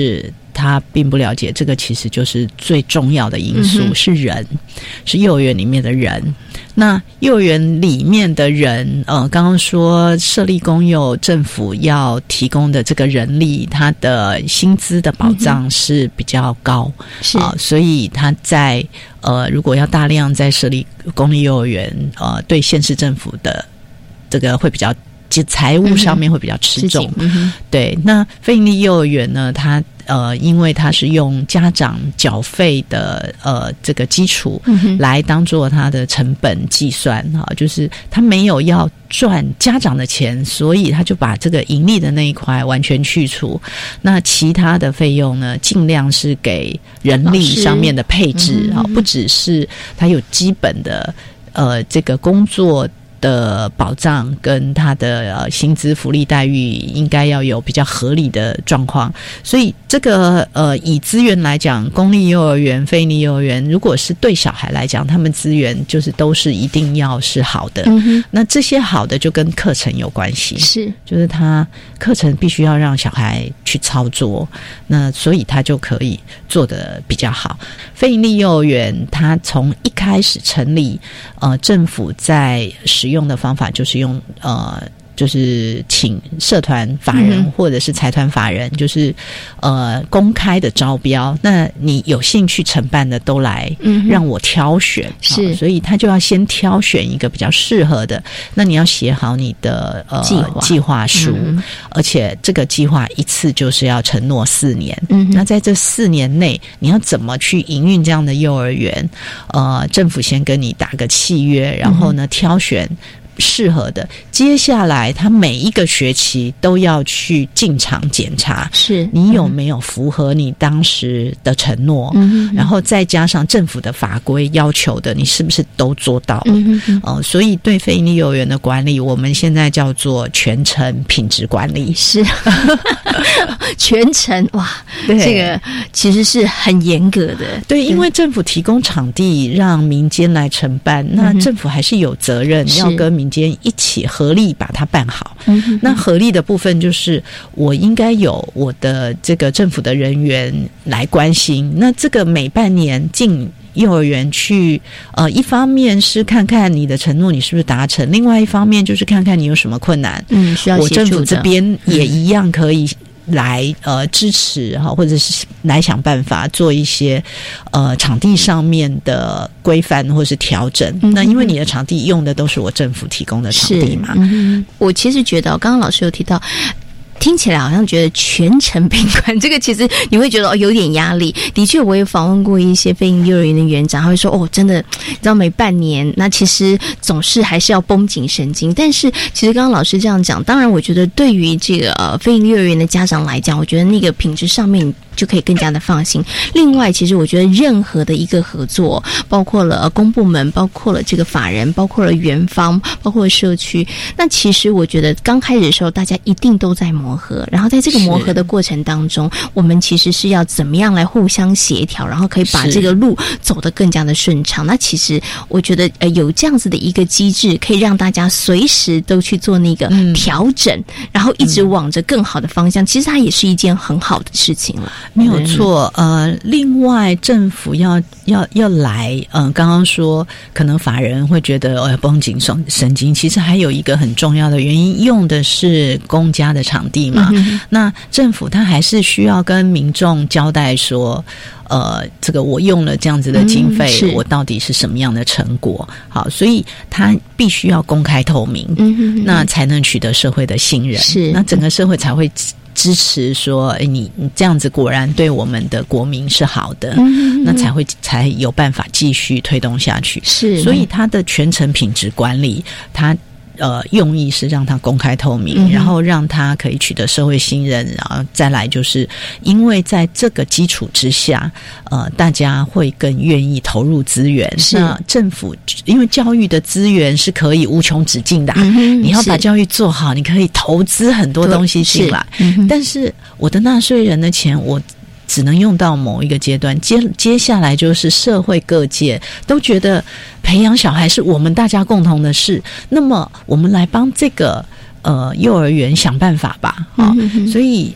他并不了解这个其实就是最重要的因素，是人，是幼儿园里面的人。那幼儿园里面的人，刚刚说设立公幼，政府要提供的这个人力，他的薪资的保障是比较高，是所以他在如果要大量在设立公立幼儿园，对县市政府的这个会比较财务上面会比较吃重。对，那非营利幼儿园呢，它因为它是用家长缴费的这个基础来当做它的成本计算就是它没有要赚家长的钱，所以它就把这个盈利的那一块完全去除。那其他的费用呢，尽量是给人力上面的配置不只是它有基本的这个工作的保障跟他的薪资福利待遇应该要有比较合理的状况。所以这个以资源来讲，公立幼儿园、非营利幼儿园，如果是对小孩来讲，他们资源就是都是一定要是好的。那这些好的就跟课程有关系，是就是他课程必须要让小孩去操作，那所以他就可以做得比较好。非营利幼儿园它从一开始成立，政府在使用的方法就是用就是请社团法人或者是财团法人，就是公开的招标，那你有兴趣承办的都来让我挑选，是所以他就要先挑选一个比较适合的，那你要写好你的计划书，而且这个计划一次就是要承诺4年，那在这4年内你要怎么去营运这样的幼儿园，政府先跟你打个契约，然后呢挑选适合的，接下来他每一个学期都要去进场检查，是你有没有符合你当时的承诺，然后再加上政府的法规要求的，你是不是都做到了？所以对非营利幼儿园的管理，我们现在叫做全程品质管理，是全程哇，这个其实是很严格的。 对，因为政府提供场地让民间来承办，那政府还是有责任要跟民间一起合力把它办好。那合力的部分就是我应该有我的这个政府的人员来关心，那这个每半年进幼儿园去，一方面是看看你的承诺你是不是达成，另外一方面就是看看你有什么困难，需要协助的。我政府这边也一样可以来支持或者是来想办法做一些场地上面的规范或是调整。那因为你的场地用的都是我政府提供的场地嘛。 我其实觉得刚刚老师有提到，听起来好像觉得全程品管，这个其实你会觉得有点压力。的确，我也访问过一些非营利幼儿园的园长，他会说真的，你知道每半年，那其实总是还是要绷紧神经。但是其实刚刚老师这样讲，当然我觉得对于这个非营利幼儿园的家长来讲，我觉得那个品质上面就可以更加的放心。另外，其实我觉得任何的一个合作，包括了公部门，包括了这个法人，包括了园方，包括了社区，那其实我觉得刚开始的时候，大家一定都在磨合，然后在这个磨合的过程当中，我们其实是要怎么样来互相协调，然后可以把这个路走得更加的顺畅。那其实我觉得有这样子的一个机制，可以让大家随时都去做那个调整，然后一直往着更好的方向，其实它也是一件很好的事情了。 没有错。另外政府要来，刚刚说可能法人会觉得绷紧神经，其实还有一个很重要的原因，用的是公家的场地嘛，那政府它还是需要跟民众交代说，这个我用了这样子的经费，我到底是什么样的成果？好，所以它必须要公开透明，那才能取得社会的信任，是那整个社会才会支持说，你这样子果然对我们的国民是好的，那才有办法继续推动下去。是，所以它的全程品质管理，它用意是让它公开透明，然后让它可以取得社会信任，然后再来就是因为在这个基础之下，大家会更愿意投入资源。那政府因为教育的资源是可以无穷止境的，你要把教育做好，你可以投资很多东西进来，但是我的纳税人的钱我只能用到某一个阶段，接下来就是社会各界都觉得培养小孩是我们大家共同的事，那么我们来帮这个幼儿园想办法吧。所以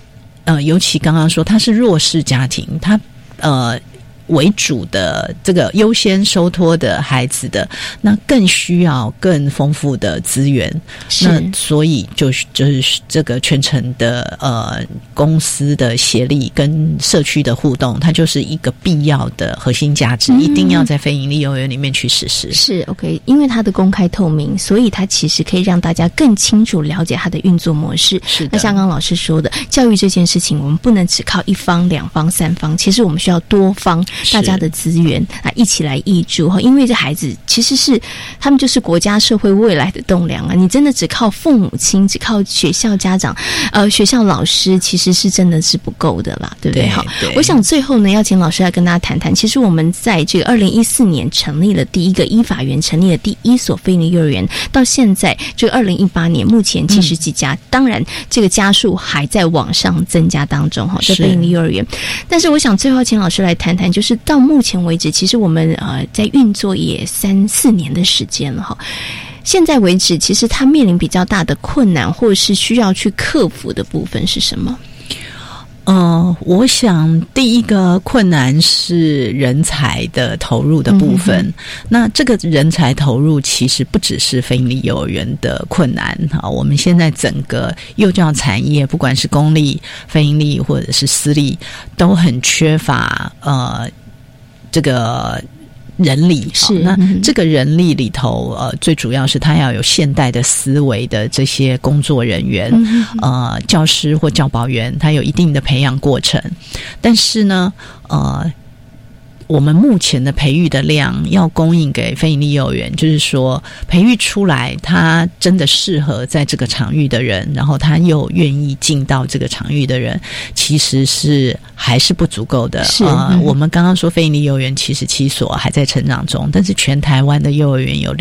尤其刚刚说他是弱势家庭，他为主的这个优先收托的孩子的，那更需要更丰富的资源。那所以就是这个全程的公司的协力跟社区的互动，它就是一个必要的核心价值，一定要在非营利幼儿园里面去实施。 是 OK， 因为它的公开透明，所以它其实可以让大家更清楚了解它的运作模式。 是的。 那像刚刚老师说的，教育这件事情，我们不能只靠一方、两方、三方，其实我们需要多方。大家的资源啊，一起来挹注哈，因为这孩子其实是他们就是国家社会未来的栋梁啊！你真的只靠父母亲，只靠学校家长，学校老师，其实是真的是不够的啦，对不对？好，我想最后呢，要请老师来跟大家谈谈，其实我们在这个2014年成立了第一个依法园，成立了第一所非营利幼儿园，到现在这个2018年，目前70几家，当然这个家数还在往上增加当中哈，这非营利幼儿园。但是我想最后请老师来谈谈，就是到目前为止，其实我们在运作也3-4年的时间了哈。现在为止，其实它面临比较大的困难，或者是需要去克服的部分是什么？ 我想第一个困难是人才的投入的部分。那这个人才投入其实不只是非营利幼儿园的困难哈，我们现在整个幼教产业，不管是公立、非营利或者是私立，都很缺乏这个人力。是那这个人力里头最主要是他要有现代的思维的这些工作人员，教师或教保员，他有一定的培养过程。但是呢我们目前的培育的量要供应给非营利幼儿园，就是说培育出来他真的适合在这个场域的人，然后他又愿意进到这个场域的人，其实是还是不足够的。我们刚刚说非营利幼儿园77所还在成长中，但是全台湾的幼儿园有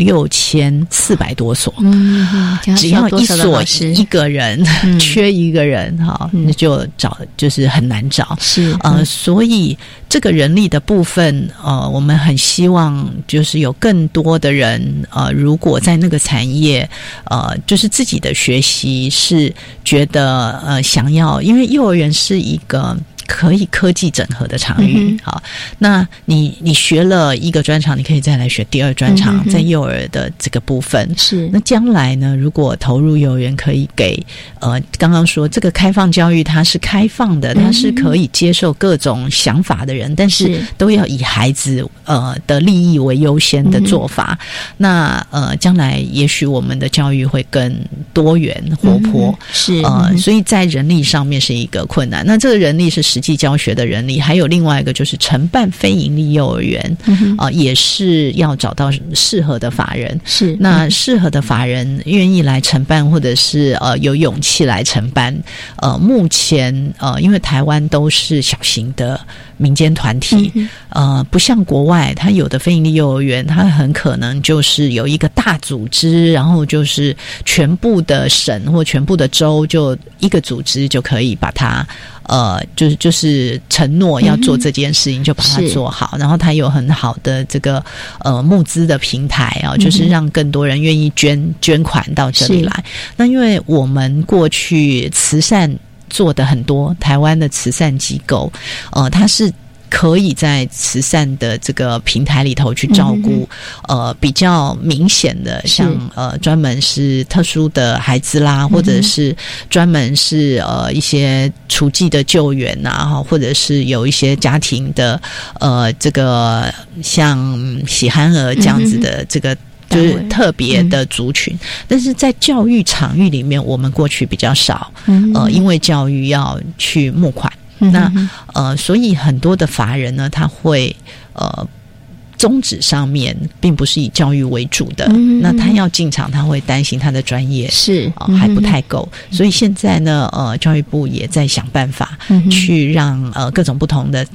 6400多所，只要一所一个人缺一个人哈，那就就是很难找。所以这个人力的部分我们很希望就是有更多的人如果在那个产业就是自己的学习是觉得想要，因为幼儿园是一个可以科技整合的场域。好，那你学了一个专长，你可以再来学第二专长，在幼儿的这个部分。是那将来呢，如果投入幼儿园，可以给刚刚说这个开放教育，它是开放的，它是可以接受各种想法的人，但是都要以孩子的利益为优先的做法。那将来也许我们的教育会更多元活泼。所以在人力上面是一个困难。那这个人力是实际教学的人力，还有另外一个就是承办非营利幼儿园，也是要找到适合的法人。是那适合的法人愿意来承办，或者是有勇气来承办。目前因为台湾都是小型的民间团体，不像国外，它有的非营利幼儿园，它很可能就是有一个大组织，然后就是全部的省或全部的州就一个组织就可以把它就是承诺要做这件事情，就把它做好。然后它有很好的这个募资的平台啊，就是让更多人愿意捐款到这里来。那因为我们过去慈善做的很多，台湾的慈善机构它是可以在慈善的这个平台里头去照顾比较明显的，像专门是特殊的孩子啦，或者是专门是一些厨技的救援啊，或者是有一些家庭的这个像喜憨儿这样子的这个就是特别的族群。但是在教育场域里面，我们过去比较少，因为教育要去募款。那所以很多的法人呢，他会宗旨上面并不是以教育为主的，那他要进场，他会担心他的专业是还不太够。所以现在呢教育部也在想办法去让各种不同的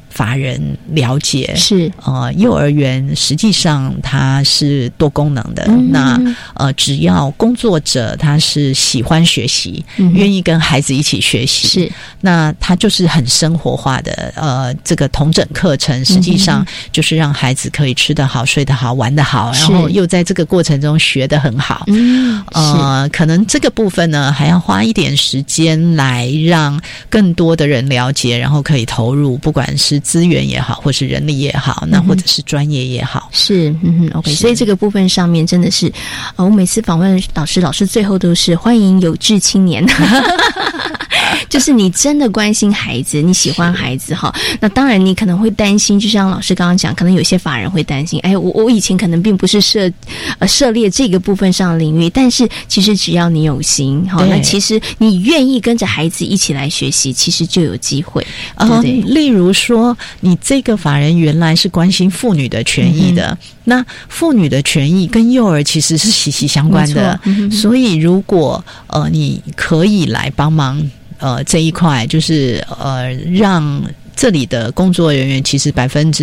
法人了解， 是幼儿园实际上它是多功能的，那只要工作者他是喜欢学习，愿意跟孩子一起学习， 是那他就是很生活化的这个统整课程，实际上就是让孩子可以吃得好、睡得好、玩得好，然后又在这个过程中学得很好。可能这个部分呢还要花一点时间来让更多的人了解，然后可以投入，不管是资源也好，或是人力也好，那或者是专业也好。 是，OK。所以这个部分上面真的是，我每次访问老师最后都是欢迎有志青年。就是你真的关心孩子，你喜欢孩子哈，那当然你可能会担心，就像老师刚刚讲，可能有些法人会担心，我以前可能并不是涉猎这个部分上的领域，但是其实只要你有心哈，那其实你愿意跟着孩子一起来学习，其实就有机会。对， 例如说，你这个法人原来是关心妇女的权益的，那妇女的权益跟幼儿其实是息息相关的，所以如果你可以来帮忙。这一块就是让这里的工作人员其实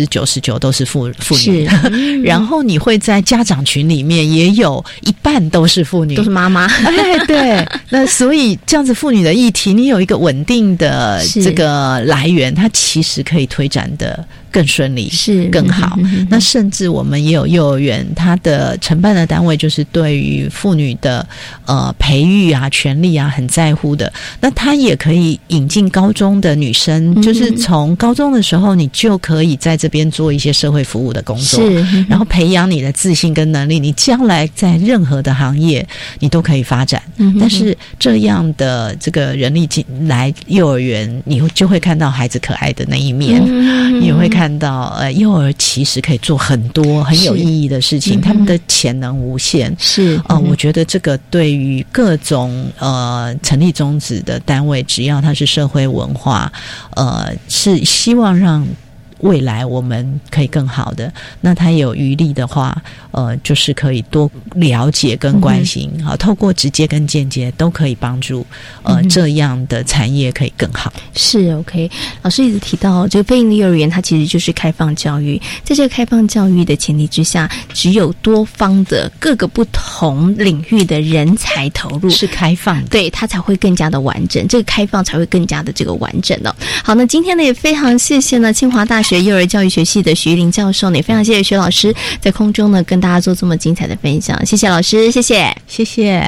99%都是妇女，然后你会在家长群里面也有一半都是妇女， 都是妈妈。 对，那所以这样子妇女的议题，你有一个稳定的这个来源，它其实可以推展的更顺利，是更好。那甚至我们也有幼儿园，它的承办的单位就是对于妇女的培育啊、权利啊很在乎的。那它也可以引进高中的女生，就是从高中的时候，你就可以在这边做一些社会服务的工作，然后培养你的自信跟能力，你将来在任何的行业你都可以发展。但是这样的这个人力进来幼儿园，你就会看到孩子可爱的那一面，你也会看到幼儿其实可以做很多很有意义的事情，他们的潜能无限。是我觉得这个对于各种成立宗旨的单位，只要它是社会文化，是希望让未来我们可以更好的，那他有余力的话，就是可以多了解跟关心，好，透过直接跟间接都可以帮助这样的产业可以更好。 是 OK， 老师一直提到这个非营利幼儿园，它其实就是开放教育，在这个开放教育的前提之下，只有多方的各个不同领域的人才投入， 是开放的， 对，它才会更加的完整，这个开放才会更加的这个完整哦。好，那今天呢也非常谢谢呢清华大学幼儿教育学系的徐玉玲教授，也非常谢谢徐老师在空中呢跟大家做这么精彩的分享，谢谢老师，谢谢， 谢谢。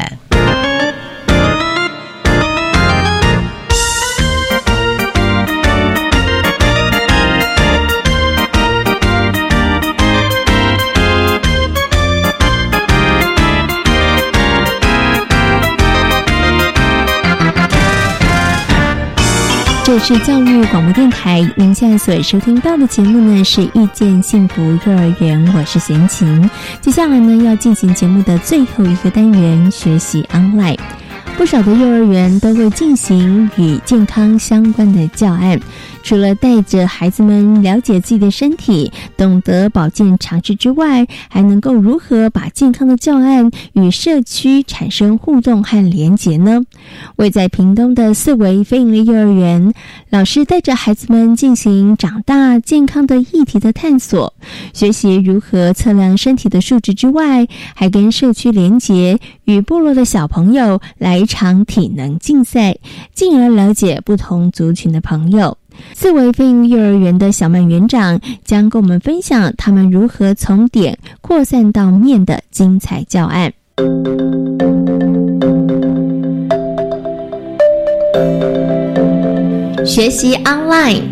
这是教育广播电台，您现在所收听到的节目呢是遇见幸福幼儿园，我是贤琴。接下来呢要进行节目的最后一个单元，学习 online。不少的幼儿园都会进行与健康相关的教案，除了带着孩子们了解自己的身体，懂得保健常识之外，还能够如何把健康的教案与社区产生互动和连结呢？位在屏东的四维非营利幼儿园，老师带着孩子们进行长大健康的议题的探索，学习如何测量身体的数值之外，还跟社区连结，与部落的小朋友来一场体能竞赛，进而了解不同族群的朋友。四维非营利幼儿园的小曼园长将跟我们分享他们如何从点扩散到面的精彩教案。学习 online。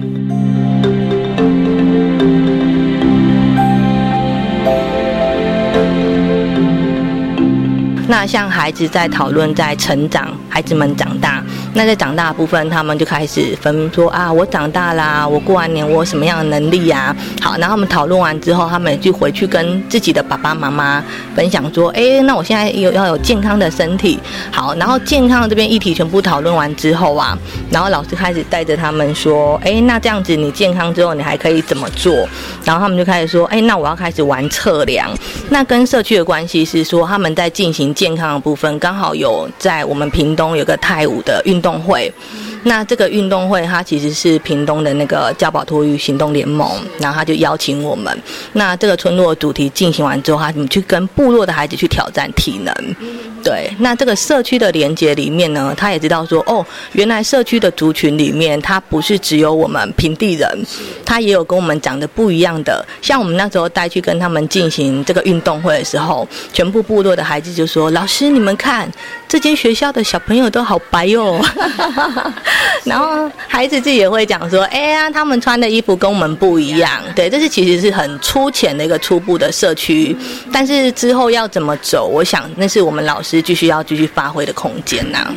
那像孩子在讨论在成长，孩子们长大，那在长大的部分，他们就开始分说啊，我长大啦，我过完年我有什么样的能力啊？好，然后他们讨论完之后，他们也就回去跟自己的爸爸妈妈分享说，那我现在要有健康的身体。好，然后健康的这边议题全部讨论完之后啊，然后老师开始带着他们说，那这样子你健康之后你还可以怎么做？然后他们就开始说，那我要开始玩测量。那跟社区的关系是说，他们在进行健康的部分，刚好有在我们屏东有个泰武的运动会。 那这个运动会它其实是屏东的那个教保托育行动联盟，然后他就邀请我们，那这个村落的主题进行完之后，他们去跟部落的孩子去挑战体能。对，那这个社区的连结里面呢，他也知道说，原来社区的族群里面，它不是只有我们平地人，他也有跟我们讲的不一样的。像我们那时候带去跟他们进行这个运动会的时候，全部部落的孩子就说：“老师，你们看，这间学校的小朋友都好白哦。”然后孩子自己也会讲说：“他们穿的衣服跟我们不一样。”对，这是其实是很粗浅的一个初步的社区，但是之后要怎么走，我想那是我们老师继续发挥的空间呐。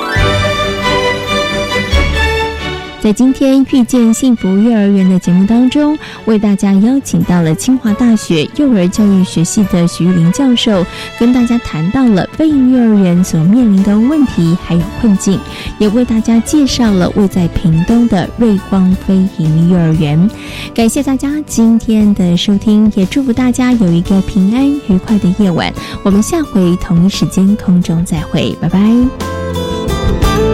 在今天遇见幸福幼儿园的节目当中，为大家邀请到了清华大学幼儿教育学系的徐玉玲教授，跟大家谈到了非营利幼儿园所面临的问题还有困境，也为大家介绍了位在屏东的瑞光非营利幼儿园。感谢大家今天的收听，也祝福大家有一个平安愉快的夜晚。我们下回同一时间空中再会，拜拜。